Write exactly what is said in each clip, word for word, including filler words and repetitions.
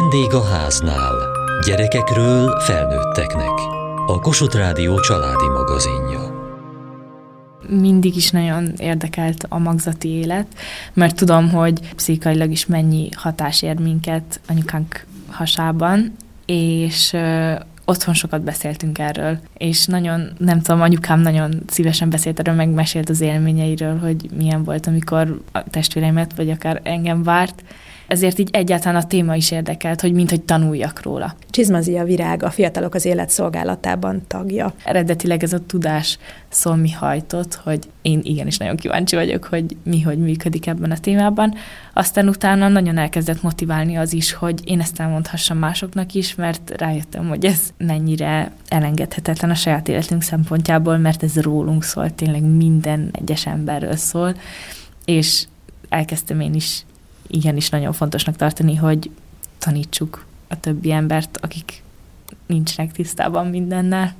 Vendég a háznál. Gyerekekről felnőtteknek. A Kossuth Rádió családi magazinja. Mindig is nagyon érdekelt a magzati élet, mert tudom, hogy pszichikailag is mennyi hatás ér minket anyukánk hasában, és ö, otthon sokat beszéltünk erről, és nagyon, nem tudom, anyukám nagyon szívesen beszélt erről, megmesélt az élményeiről, hogy milyen volt, amikor a testvéreimet, vagy akár engem várt. Ezért így egyáltalán a téma is érdekelt, hogy minthogy tanuljak róla. Csizmazia Virág, a Fiatalok az Élet Szolgálatában tagja. Eredetileg ez a tudás szól mi hajtott, hogy én igenis nagyon kíváncsi vagyok, hogy mi hogy működik ebben a témában. Aztán utána nagyon elkezdett motiválni az is, hogy én ezt elmondhassam másoknak is, mert rájöttem, hogy ez mennyire elengedhetetlen a saját életünk szempontjából, mert ez rólunk szól, tényleg minden egyes emberről szól, és elkezdtem én is igenis nagyon fontosnak tartani, hogy tanítsuk a többi embert, akik nincsenek tisztában mindennel.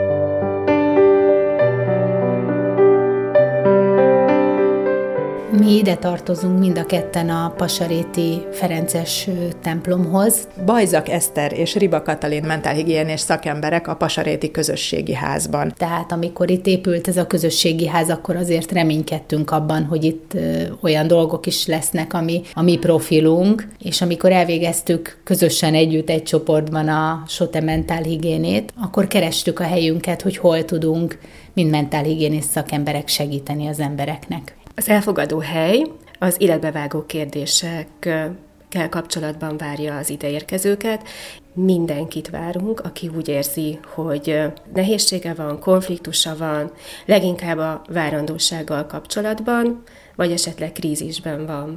Mi ide tartozunk mind a ketten a Pasaréti Ferences templomhoz. Bajzak Eszter és Riba Katalin mentálhigiénés szakemberek a Pasaréti Közösségi Házban. Tehát amikor itt épült ez a közösségi ház, akkor azért reménykedtünk abban, hogy itt olyan dolgok is lesznek, ami a mi profilunk, és amikor elvégeztük közösen együtt egy csoportban a SOTE mentálhigiénét, akkor kerestük a helyünket, hogy hol tudunk, mint mentálhigiénés szakemberek segíteni az embereknek. Az elfogadó hely az életbevágó kérdésekkel kapcsolatban várja az ideérkezőket. Mindenkit várunk, aki úgy érzi, hogy nehézsége van, konfliktusa van, leginkább a várandósággal kapcsolatban, vagy esetleg krízisben van.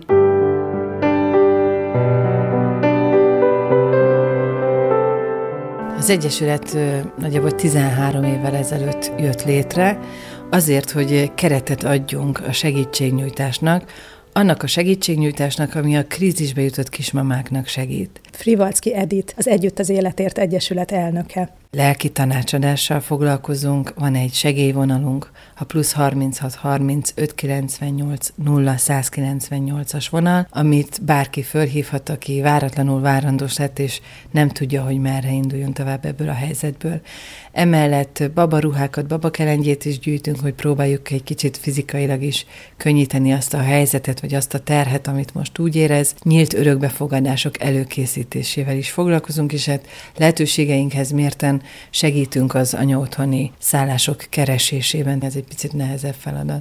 Az Egyesület nagyjából tizenhárom évvel ezelőtt jött létre, azért, hogy keretet adjunk a segítségnyújtásnak, annak a segítségnyújtásnak, ami a krízisbe jutott kismamáknak segít. Frivalczky Edith, az Együtt az Életért Egyesület elnöke. Lelki tanácsadással foglalkozunk, van egy segélyvonalunk, a plusz harminchat harminc öt kilencvennyolc nulla százkilencvennyolcas vonal, amit bárki fölhívhat, aki váratlanul várandós lett, és nem tudja, hogy merre induljon tovább ebből a helyzetből. Emellett babaruhákat, babakelengyét is gyűjtünk, hogy próbáljuk egy kicsit fizikailag is könnyíteni azt a helyzetet, vagy azt a terhet, amit most úgy érez. Nyílt örökbefogadások előkészítésével is foglalkozunk, és hát lehetőségeinkhez mérten segítünk az anyaotthoni szállások keresésében. Ez egy picit nehezebb feladat.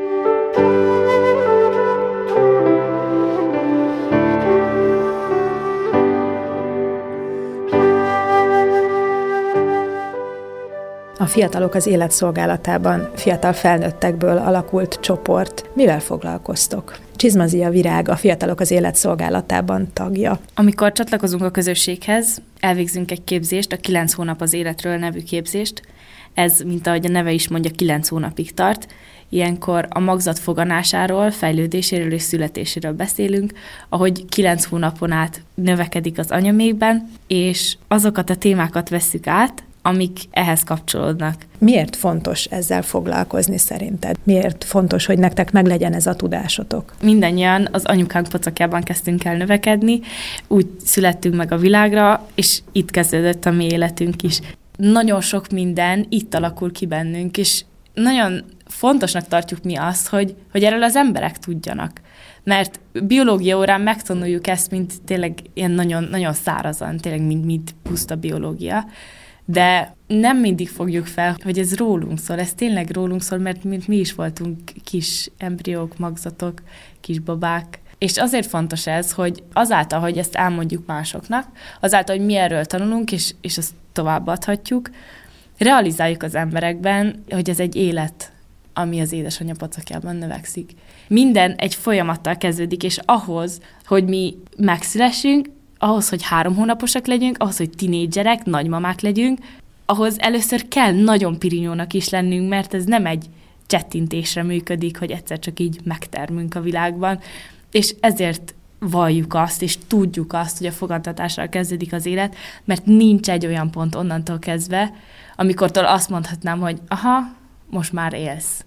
A Fiatalok az Élet Szolgálatában fiatal felnőttekből alakult csoport. Mivel foglalkoztok? Csizmazia Virág, a Fiatalok az Élet Szolgálatában tagja. Amikor csatlakozunk a közösséghez, elvégzünk egy képzést, a kilenc hónap az életről nevű képzést. Ez, mint ahogy a neve is mondja, kilenc hónapig tart. Ilyenkor a magzat foganásáról, fejlődéséről és születéséről beszélünk, ahogy kilenc hónapon át növekedik az anyamékben, és azokat a témákat vesszük át, amik ehhez kapcsolódnak. Miért fontos ezzel foglalkozni szerinted? Miért fontos, hogy nektek meglegyen ez a tudásotok? Mindannyian az anyukánk pocakjában kezdtünk el növekedni, úgy születtünk meg a világra, és itt kezdődött a mi életünk is. Nagyon sok minden itt alakul ki bennünk, és nagyon fontosnak tartjuk mi azt, hogy, hogy erről az emberek tudjanak. Mert biológia órán megtanuljuk ezt, mint tényleg ilyen nagyon, nagyon szárazan, tényleg mint, mint puszta biológia, de nem mindig fogjuk fel, hogy ez rólunk szól, ez tényleg rólunk szól, mert mint mi is voltunk kis embriók, magzatok, kis babák. És azért fontos ez, hogy azáltal, hogy ezt elmondjuk másoknak, azáltal, hogy mi erről tanulunk, és, és azt továbbadhatjuk, realizáljuk az emberekben, hogy ez egy élet, ami az édesanyja pocakjában növekszik. Minden egy folyamattal kezdődik, és ahhoz, hogy mi megszülessünk, ahhoz, hogy három hónaposak legyünk, ahhoz, hogy tinédzserek, nagymamák legyünk, ahhoz először kell nagyon pirinyónak is lennünk, mert ez nem egy csettintésre működik, hogy egyszer csak így megtermünk a világban, és ezért valljuk azt, és tudjuk azt, hogy a fogantatással kezdődik az élet, mert nincs egy olyan pont onnantól kezdve, amikortól azt mondhatnám, hogy aha, most már élsz.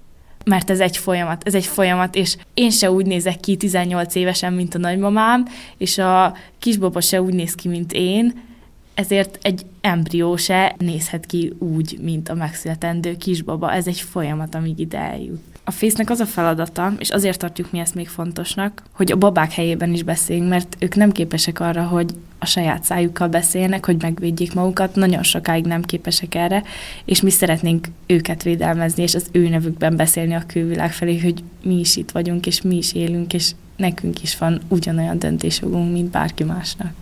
mert ez egy folyamat, ez egy folyamat, és én se úgy nézek ki tizennyolc évesen, mint a nagymamám, és a kisbaba se úgy néz ki, mint én, ezért egy embrió se nézhet ki úgy, mint a megszületendő kisbaba. Ez egy folyamat, amíg ide eljut. A fésznek az a feladata, és azért tartjuk mi ezt még fontosnak, hogy a babák helyében is beszéljünk, mert ők nem képesek arra, hogy a saját szájukkal beszéljenek, hogy megvédjék magukat, nagyon sokáig nem képesek erre, és mi szeretnénk őket védelmezni, és az ő nevükben beszélni a külvilág felé, hogy mi is itt vagyunk, és mi is élünk, és nekünk is van ugyanolyan döntésjogunk, mint bárki másnak.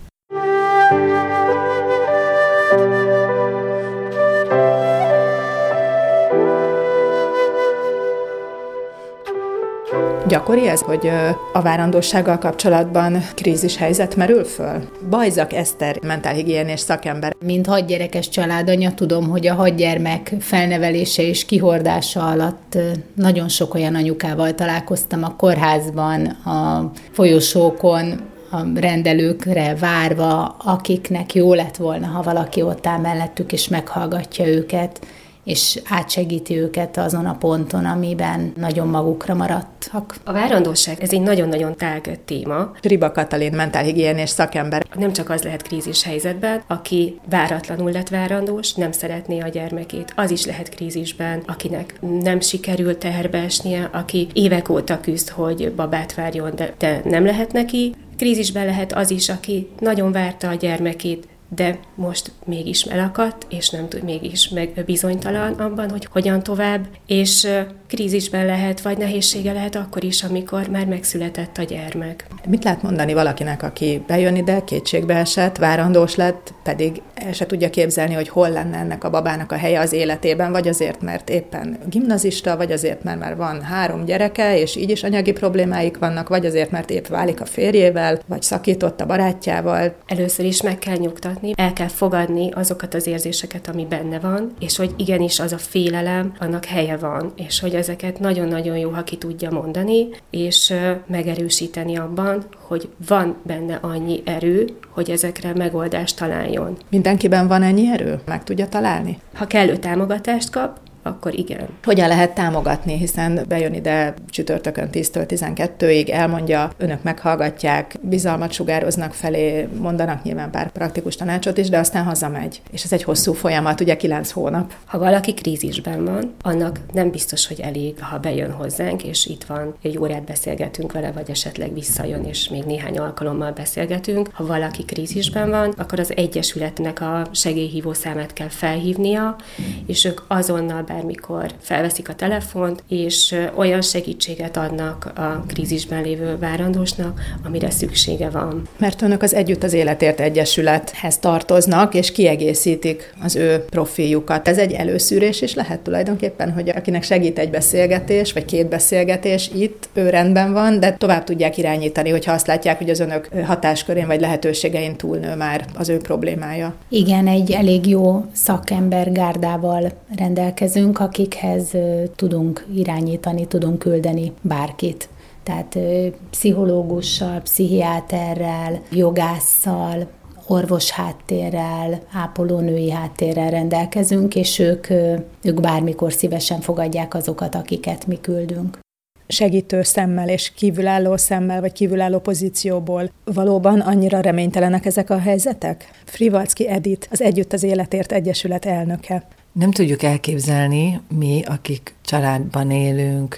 Gyakori ez, hogy a várandóssággal kapcsolatban krízis helyzet merül föl? Bajzak Eszter, mentálhigiénés szakember. Mint hatgyerekes családanya tudom, hogy a hatgyermek felnevelése és kihordása alatt nagyon sok olyan anyukával találkoztam a kórházban, a folyosókon, a rendelőkre várva, akiknek jó lett volna, ha valaki ott áll mellettük és meghallgatja őket, és átsegíti őket azon a ponton, amiben nagyon magukra maradtak. A várandóság, ez egy nagyon-nagyon tág téma. Riba Katalin, mentálhigiénés szakember. Nem csak az lehet krízis helyzetben, aki váratlanul lett várandós, nem szeretné a gyermekét. Az is lehet krízisben, akinek nem sikerült teherbe esnie, aki évek óta küzd, hogy babát várjon, de, de nem lehet neki. Krízisben lehet az is, aki nagyon várta a gyermekét, de most mégis elakadt, és nem tud, mégis meg bizonytalan abban, hogy hogyan tovább, és krízisben lehet, vagy nehézsége lehet akkor is, amikor már megszületett a gyermek. Mit lehet mondani valakinek, aki bejön ide, kétségbe esett, várandós lett, pedig el se tudja képzelni, hogy hol lenne ennek a babának a helye az életében, vagy azért, mert éppen gimnazista, vagy azért, mert már van három gyereke, és így is anyagi problémáik vannak, vagy azért, mert épp válik a férjével, vagy szakított a barátjával. Először is meg kell nyugtatni, el kell fogadni azokat az érzéseket, ami benne van, és hogy igenis az a félelem, annak helye van, és hogy ezeket nagyon-nagyon jó, ha ki tudja mondani, és megerősíteni abban, hogy van benne annyi erő, hogy ezekre megoldást találjon. Mindenkiben van ennyi erő? Meg tudja találni? Ha kellő támogatást kap, akkor igen. Hogyan lehet támogatni, hiszen bejön ide csütörtökön tíztől tizenkettőig, elmondja, önök meghallgatják, bizalmat sugároznak felé, mondanak nyilván pár praktikus tanácsot is, de aztán hazamegy. És ez egy hosszú folyamat, ugye kilenc hónap. Ha valaki krízisben van, annak nem biztos, hogy elég, ha bejön hozzánk, és itt van, egy órát beszélgetünk vele, vagy esetleg visszajön, és még néhány alkalommal beszélgetünk. Ha valaki krízisben van, akkor az egyesületnek a segélyhívó számát kell felhívnia, és ők azonnal bármikor felveszik a telefont, és olyan segítséget adnak a krízisben lévő várandósnak, amire szüksége van. Mert önök az Együtt az Életért Egyesülethez tartoznak, és kiegészítik az ő profiljukat. Ez egy előszűrés is lehet tulajdonképpen, hogy akinek segít egy beszélgetés, vagy két beszélgetés itt, ő rendben van, de tovább tudják irányítani, hogyha azt látják, hogy az önök hatáskörén vagy lehetőségein túlnő már az ő problémája. Igen, egy elég jó szakember gárdával rendelkezünk, akikhez tudunk irányítani, tudunk küldeni bárkit. Tehát pszichológussal, pszichiáterrel, jogásszal, orvos háttérrel, ápolónői háttérrel rendelkezünk, és ők, ők bármikor szívesen fogadják azokat, akiket mi küldünk. Segítő szemmel és kívülálló szemmel, vagy kívülálló pozícióból valóban annyira reménytelenek ezek a helyzetek? Frivalczky Edith, az Együtt az Életért Egyesület elnöke. Nem tudjuk elképzelni, mi, akik családban élünk,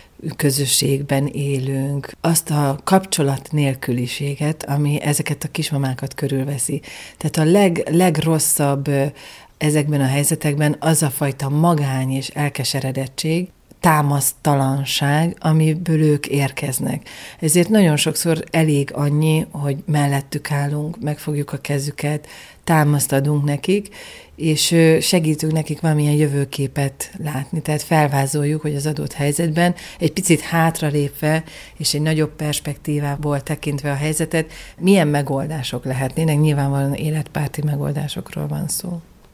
közösségben élünk, azt a kapcsolat nélküliséget, ami ezeket a kismamákat körülveszi. Tehát a leg, legrosszabb ezekben a helyzetekben az a fajta magány és elkeseredettség, támasztalanság, amiből ők érkeznek. Ezért nagyon sokszor elég annyi, hogy mellettük állunk, megfogjuk a kezüket, támaszt adunk nekik, és segítünk nekik valamilyen jövőképet látni. Tehát felvázoljuk, hogy az adott helyzetben egy picit hátralépve, és egy nagyobb perspektívából tekintve a helyzetet, milyen megoldások lehetnének. Nyilvánvalóan életpárti megoldásokról van szó.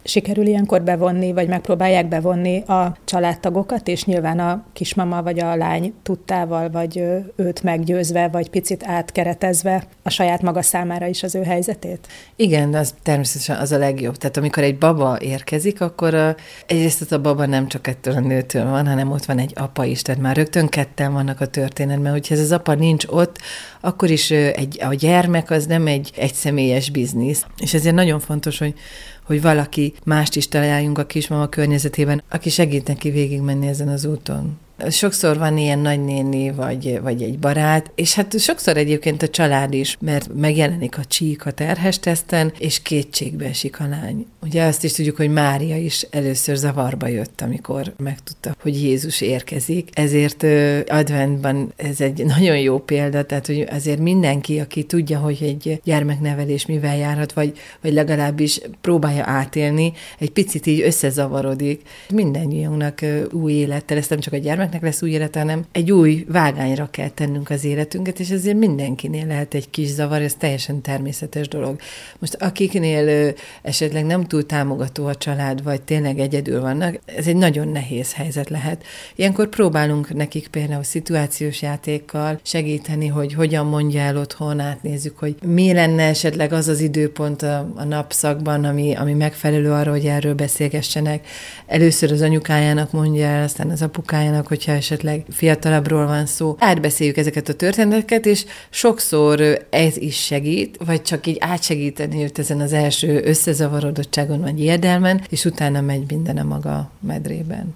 Sikerül ilyenkor bevonni, vagy megpróbálják bevonni a családtagokat, és nyilván a kismama vagy a lány tudtával, vagy őt meggyőzve, vagy picit átkeretezve a saját maga számára is az ő helyzetét? Igen, az természetesen az a legjobb. Tehát amikor egy baba érkezik, akkor a, egyrészt a baba nem csak ettől a nőtől van, hanem ott van egy apa is, tehát már rögtön ketten vannak a történetben. Hogyha ez az apa nincs ott, akkor is egy, a gyermek az nem egy egyszemélyes biznisz. És ezért nagyon fontos, hogy hogy valaki mást is találjunk a kismama környezetében, aki segít neki végigmenni ezen az úton. Sokszor van ilyen nagynéni, vagy, vagy egy barát, és hát sokszor egyébként a család is, mert megjelenik a csík a terhes teszten, és kétségbe esik a lány. Ugye azt is tudjuk, hogy Mária is először zavarba jött, amikor megtudta, hogy Jézus érkezik. Ezért adventban ez egy nagyon jó példa, tehát hogy azért mindenki, aki tudja, hogy egy gyermeknevelés mivel járhat, vagy, vagy legalábbis próbálja átélni, egy picit így összezavarodik. Mindennyiunknak új élettel, ezt nem csak a gyermek lesz új élete, hanem egy új vágányra kell tennünk az életünket, és ezért mindenkinél lehet egy kis zavar, ez teljesen természetes dolog. Most akiknél ö, esetleg nem túl támogató a család, vagy tényleg egyedül vannak, ez egy nagyon nehéz helyzet lehet. Ilyenkor próbálunk nekik például szituációs játékkal segíteni, hogy hogyan mondja el otthon, átnézzük, hogy mi lenne esetleg az az időpont a, a napszakban, ami, ami megfelelő arra, hogy erről beszélgessenek. Először az anyukájának mondja el, aztán az apukájának, hogyha esetleg fiatalabbról van szó. Átbeszéljük ezeket a történeteket, és sokszor ez is segít, vagy csak így átsegíteni őt ezen az első összezavarodottságon vagy ijedelmen, és utána megy minden a maga medrében.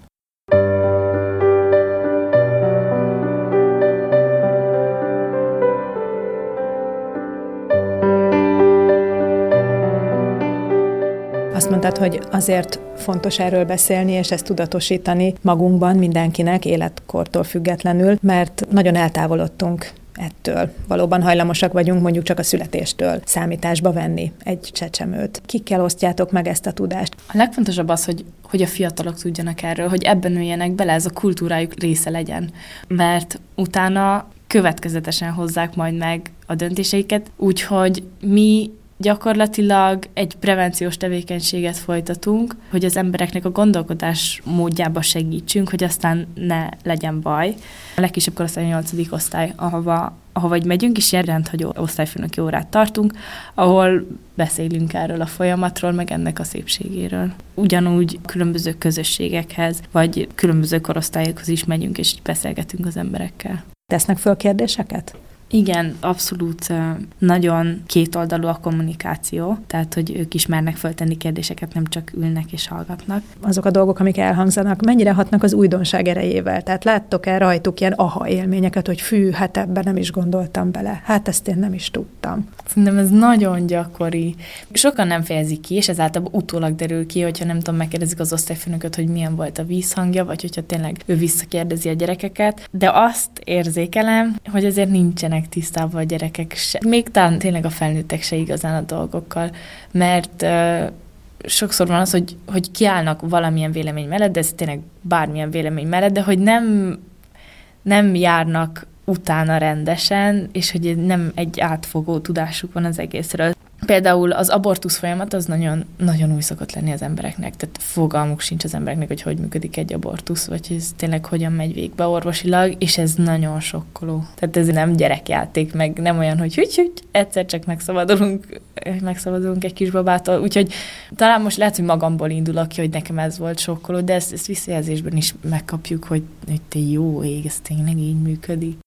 Azt mondtad, hogy azért fontos erről beszélni, és ezt tudatosítani magunkban mindenkinek, életkortól függetlenül, mert nagyon eltávolodtunk ettől. Valóban hajlamosak vagyunk mondjuk csak a születéstől számításba venni egy csecsemőt. Kikkel osztjátok meg ezt a tudást? A legfontosabb az, hogy, hogy a fiatalok tudjanak erről, hogy ebben nőjenek bele, ez a kultúrájuk része legyen. Mert utána következetesen hozzák majd meg a döntéseiket, úgyhogy mi gyakorlatilag egy prevenciós tevékenységet folytatunk, hogy az embereknek a gondolkodás módjába segítsünk, hogy aztán ne legyen baj. A legkisebb korosztály a nyolcadik osztály, ahova, ahova így megyünk, és ilyen rendhagyó osztályfőnöki órát tartunk, ahol beszélünk erről a folyamatról, meg ennek a szépségéről. Ugyanúgy különböző közösségekhez, vagy különböző korosztályokhoz is megyünk, és beszélgetünk az emberekkel. Tesznek föl kérdéseket? Igen, abszolút nagyon kétoldalú a kommunikáció, tehát hogy ők is mernek föltenni kérdéseket, nem csak ülnek és hallgatnak. Azok a dolgok, amik elhangzanak, mennyire hatnak az újdonság erejével? Tehát láttok-e rajtuk ilyen aha élményeket, hogy fű, hát ebben nem is gondoltam bele, hát ezt én nem is tudtam. Szerintem ez nagyon gyakori. Sokan nem fejezik ki, és ez általában utólag derül ki, hogyha nem tudom, megkérdezik az osztályfőnököt, hogy milyen volt a vízhangja, vagy hogyha tényleg ő visszakérdezi a gyerekeket. De azt érzékelem, hogy azért nincsenek tisztában a gyerekek se. Még talán tényleg a felnőttek se igazán a dolgokkal, mert uh, sokszor van az, hogy, hogy kiállnak valamilyen vélemény mellett, de ez tényleg bármilyen vélemény mellett, de hogy nem, nem járnak utána rendesen, és hogy nem egy átfogó tudásuk van az egészről. Például az abortusz folyamat az nagyon, nagyon új szokott lenni az embereknek, tehát fogalmuk sincs az embereknek, hogy hogy működik egy abortusz, vagy ez tényleg hogyan megy végbe orvosilag, és ez nagyon sokkoló. Tehát ez nem gyerekjáték, meg nem olyan, hogy hügy-hügy, egyszer csak megszabadulunk, megszabadulunk egy kisbabától, úgyhogy talán most lehet, hogy magamból indulok ki, hogy nekem ez volt sokkoló, de ezt, ezt visszajelzésben is megkapjuk, hogy, hogy te jó ég, ez tényleg így működik.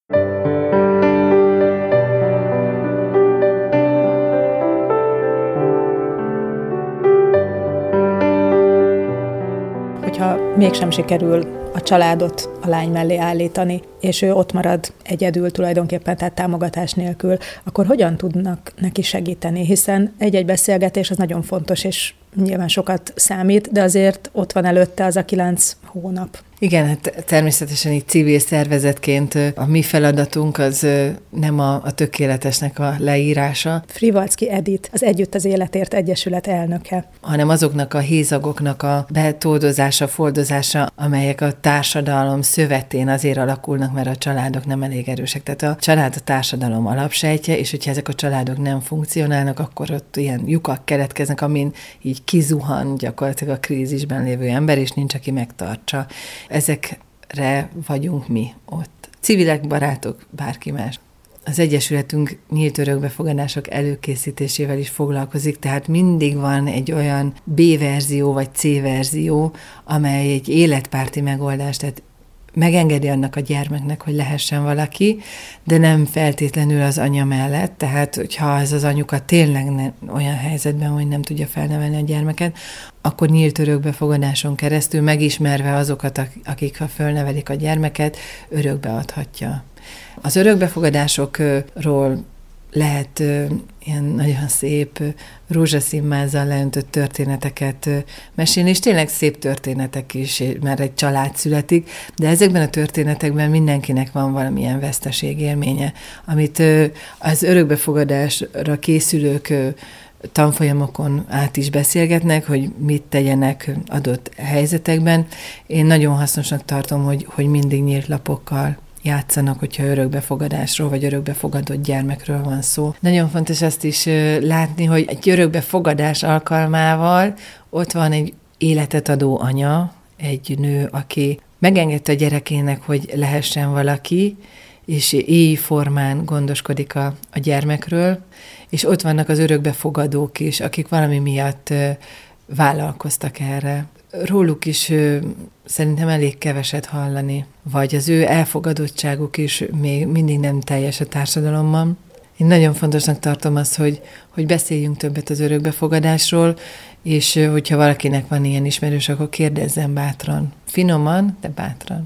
Ha mégsem sikerül a családot a lány mellé állítani, és ő ott marad egyedül tulajdonképpen, tehát támogatás nélkül, akkor hogyan tudnak neki segíteni? Hiszen egy-egy beszélgetés az nagyon fontos, és nyilván sokat számít, de azért ott van előtte az a kilenc hónap. Igen, hát természetesen így civil szervezetként a mi feladatunk az nem a, a tökéletesnek a leírása. Frivalczky Edith, az Együtt az Életért Egyesület elnöke. Hanem azoknak a hézagoknak a betoldozása, foldozása, amelyek a társadalom szövetén azért alakulnak, mert a családok nem elég erősek. Tehát a család a társadalom alapsejtje, és hogyha ezek a családok nem funkcionálnak, akkor ott ilyen lyukak keletkeznek, amin így kizuhan gyakorlatilag a krízisben lévő ember, és nincs, aki megtartsa. Ezekre vagyunk mi ott. Civilek, barátok, bárki más. Az Egyesületünk nyílt örökbefogadások előkészítésével is foglalkozik, tehát mindig van egy olyan B-verzió vagy C-verzió, amely egy életpárti megoldás, tehát megengedi annak a gyermeknek, hogy lehessen valaki, de nem feltétlenül az anya mellett, tehát hogyha ez az anyuka tényleg ne, olyan helyzetben, hogy nem tudja felnevelni a gyermeket, akkor nyílt örökbefogadáson keresztül megismerve azokat, akik ha fölnevelik a gyermeket, örökbe adhatja. Az örökbefogadásokról lehet ilyen nagyon szép rózsaszínmázzal leöntött történeteket mesélni, és tényleg szép történetek is, mert egy család születik, de ezekben a történetekben mindenkinek van valamilyen veszteségélménye, amit az örökbefogadásra készülők tanfolyamokon át is beszélgetnek, hogy mit tegyenek adott helyzetekben. Én nagyon hasznosnak tartom, hogy, hogy mindig nyílt lapokkal játszanak, hogyha örökbefogadásról vagy örökbefogadott gyermekről van szó. Nagyon fontos azt is látni, hogy egy örökbefogadás alkalmával ott van egy életet adó anya, egy nő, aki megengedte a gyerekének, hogy lehessen valaki, és így formán gondoskodik a, a gyermekről, és ott vannak az örökbefogadók is, akik valami miatt vállalkoztak erre. Róluk is szerintem elég keveset hallani, vagy az ő elfogadottságuk is még mindig nem teljes a társadalomban. Én nagyon fontosnak tartom azt, hogy, hogy beszéljünk többet az örökbefogadásról, és hogyha valakinek van ilyen ismerős, akkor kérdezzen bátran. Finoman, de bátran.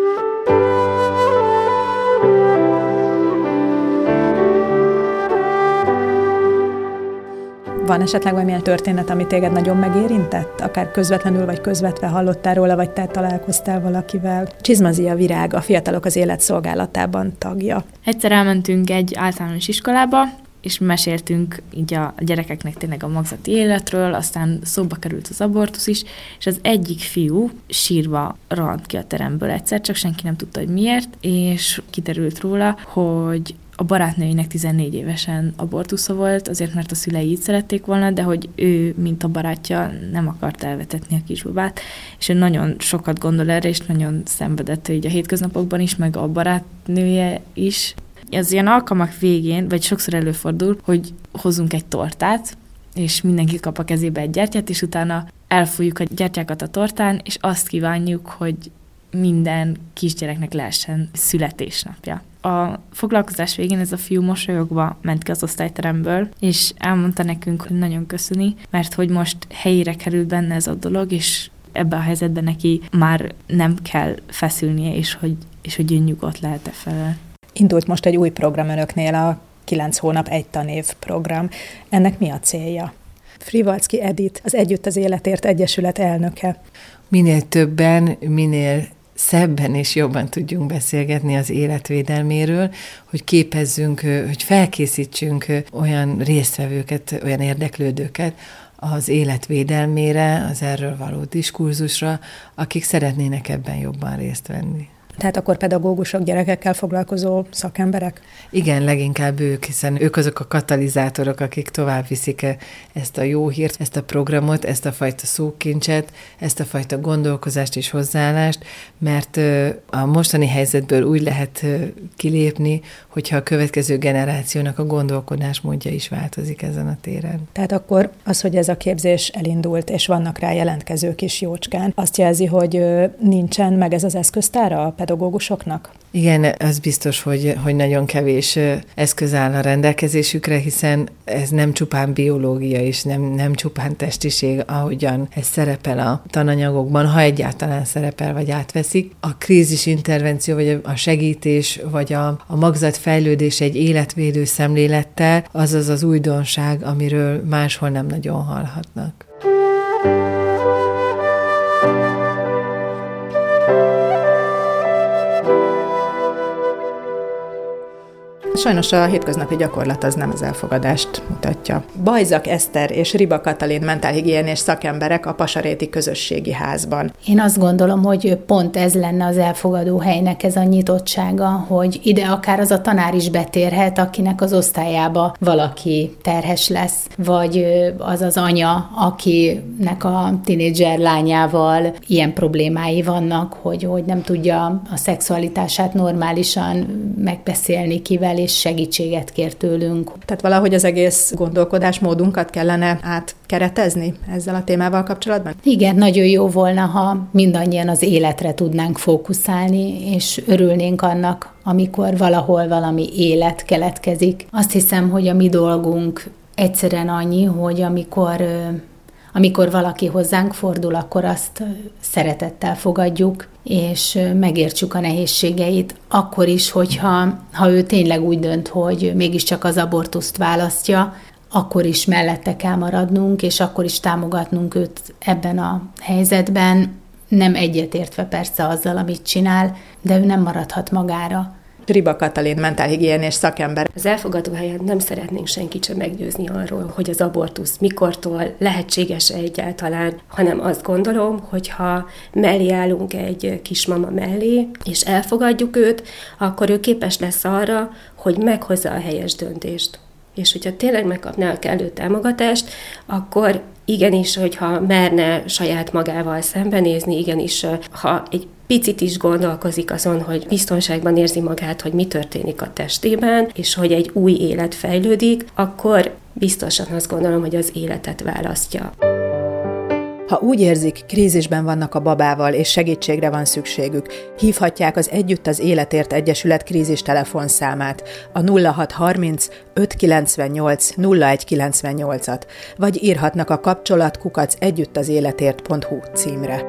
Van esetleg valamilyen történet, ami téged nagyon megérintett? Akár közvetlenül vagy közvetve hallottál róla, vagy te találkoztál valakivel? Csizmazia Virág, a Fiatalok az Élet Szolgálatában tagja. Egyszer elmentünk egy általános iskolába, és meséltünk így a gyerekeknek tényleg a magzati életről, aztán szóba került az abortusz is, és az egyik fiú sírva rohant ki a teremből egyszer, csak senki nem tudta, hogy miért, és kiderült róla, hogy a barátnőinek tizennégy évesen abortusza volt, azért, mert a szülei így szerették volna, de hogy ő, mint a barátja, nem akart elvetetni a kisbabát, és ő nagyon sokat gondol erre, és nagyon szenvedett így a hétköznapokban is, meg a barátnője is. Az ilyen alkalmak végén, vagy sokszor előfordul, hogy hozunk egy tortát, és mindenki kap a kezébe egy gyertyát, és utána elfújjuk a gyertyákat a tortán, és azt kívánjuk, hogy minden kisgyereknek lehessen születésnapja. A foglalkozás végén ez a fiú mosolyogva ment ki az osztályteremből, és elmondta nekünk, hogy nagyon köszöni, mert hogy most helyére került benne ez a dolog, és ebben a helyzetben neki már nem kell feszülnie, és hogy, és hogy nyugodt lehet-e felel. Indult most egy új program önöknél, a kilenc hónap egy tanév program. Ennek mi a célja? Frivalczky Edith, az Együtt az Életért Egyesület elnöke. Minél többen, minél szebben és jobban tudjunk beszélgetni az életvédelméről, hogy képezzünk, hogy felkészítsünk olyan résztvevőket, olyan érdeklődőket az életvédelmére, az erről való diskurzusra, akik szeretnének ebben jobban részt venni. Tehát akkor pedagógusok, gyerekekkel foglalkozó szakemberek? Igen, leginkább ők, hiszen ők azok a katalizátorok, akik tovább viszik ezt a jó hírt, ezt a programot, ezt a fajta szókincset, ezt a fajta gondolkozást és hozzáállást, mert a mostani helyzetből úgy lehet kilépni, hogyha a következő generációnak a gondolkodásmódja is változik ezen a téren. Tehát akkor az, hogy ez a képzés elindult, és vannak rá jelentkezők is jócskán, azt jelzi, hogy nincsen meg ez az eszköztára a pedagógusoknak? Igen, az biztos, hogy, hogy nagyon kevés eszköz áll a rendelkezésükre, hiszen ez nem csupán biológia, és nem, nem csupán testiség, ahogyan ez szerepel a tananyagokban, ha egyáltalán szerepel, vagy átveszik. A krízis intervenció, vagy a segítés, vagy a, a magzatfejlődés egy életvédő szemlélettel, az az az újdonság, amiről máshol nem nagyon hallhatnak. Sajnos a hétköznapi gyakorlat az nem az elfogadást mutatja. Bajzak Eszter és Riba Katalin mentálhigiénés szakemberek a Pasaréti Közösségi Házban. Én azt gondolom, hogy pont ez lenne az elfogadó helynek ez a nyitottsága, hogy ide akár az a tanár is betérhet, akinek az osztályába valaki terhes lesz, vagy az az anya, akinek a tinédzser lányával ilyen problémái vannak, hogy, hogy nem tudja a szexualitását normálisan megbeszélni kivel, és segítséget kér tőlünk. Tehát valahogy az egész gondolkodásmódunkat kellene átkeretezni ezzel a témával kapcsolatban? Igen, nagyon jó volna, ha mindannyian az életre tudnánk fókuszálni, és örülnénk annak, amikor valahol valami élet keletkezik. Azt hiszem, hogy a mi dolgunk egyszerűen annyi, hogy amikor, amikor valaki hozzánk fordul, akkor azt szeretettel fogadjuk, és megértsük a nehézségeit, akkor is, hogyha ha ő tényleg úgy dönt, hogy mégiscsak az abortuszt választja, akkor is mellette kell maradnunk, és akkor is támogatnunk őt ebben a helyzetben, nem egyetértve persze azzal, amit csinál, de ő nem maradhat magára. Riba Katalin mentálhigiénés szakember. Az elfogadó helyen nem szeretnénk senkit sem meggyőzni arról, hogy az abortusz mikortól lehetséges egyáltalán, hanem azt gondolom, hogy ha mellé állunk egy kismama mellé, és elfogadjuk őt, akkor ő képes lesz arra, hogy meghozza a helyes döntést. És hogyha tényleg megkapná a kellő támogatást, akkor igenis, hogyha merne saját magával szembenézni, igenis, ha egy picit is gondolkozik azon, hogy biztonságban érzi magát, hogy mi történik a testében, és hogy egy új élet fejlődik, akkor biztosan azt gondolom, hogy az életet választja. Ha úgy érzik, krízisben vannak a babával, és segítségre van szükségük, hívhatják az Együtt az Életért Egyesület krízis telefonszámát, a nulla hat harminc öt kilencvennyolc nulla egy kilencvennyolcat, vagy írhatnak a kapcsolat kukac együttazéletért pont hu címre.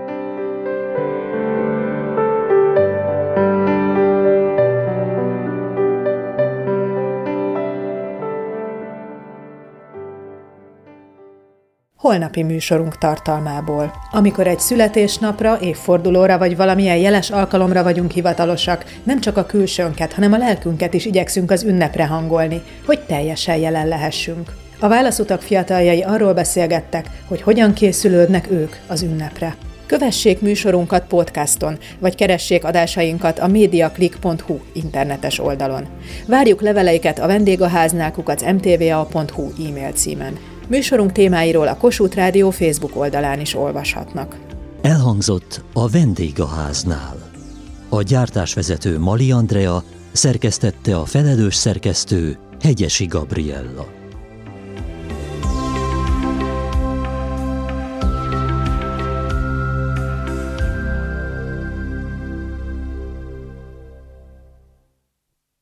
Holnapi műsorunk tartalmából. Amikor egy születésnapra, évfordulóra vagy valamilyen jeles alkalomra vagyunk hivatalosak, nem csak a külsőnket, hanem a lelkünket is igyekszünk az ünnepre hangolni, hogy teljesen jelen lehessünk. A Válaszutak fiataljai arról beszélgettek, hogy hogyan készülődnek ők az ünnepre. Kövessék műsorunkat podcaston, vagy keressék adásainkat a mediaclick pont hu internetes oldalon. Várjuk leveleiket a vendégháznál kukac em té vé a pont hu e-mail címen. Műsorunk témáiról a Kossuth Rádió Facebook oldalán is olvashatnak. Elhangzott a Vendégháznál. A gyártásvezető Mali Andrea, szerkesztette a felelős szerkesztő Hegyesi Gabriella.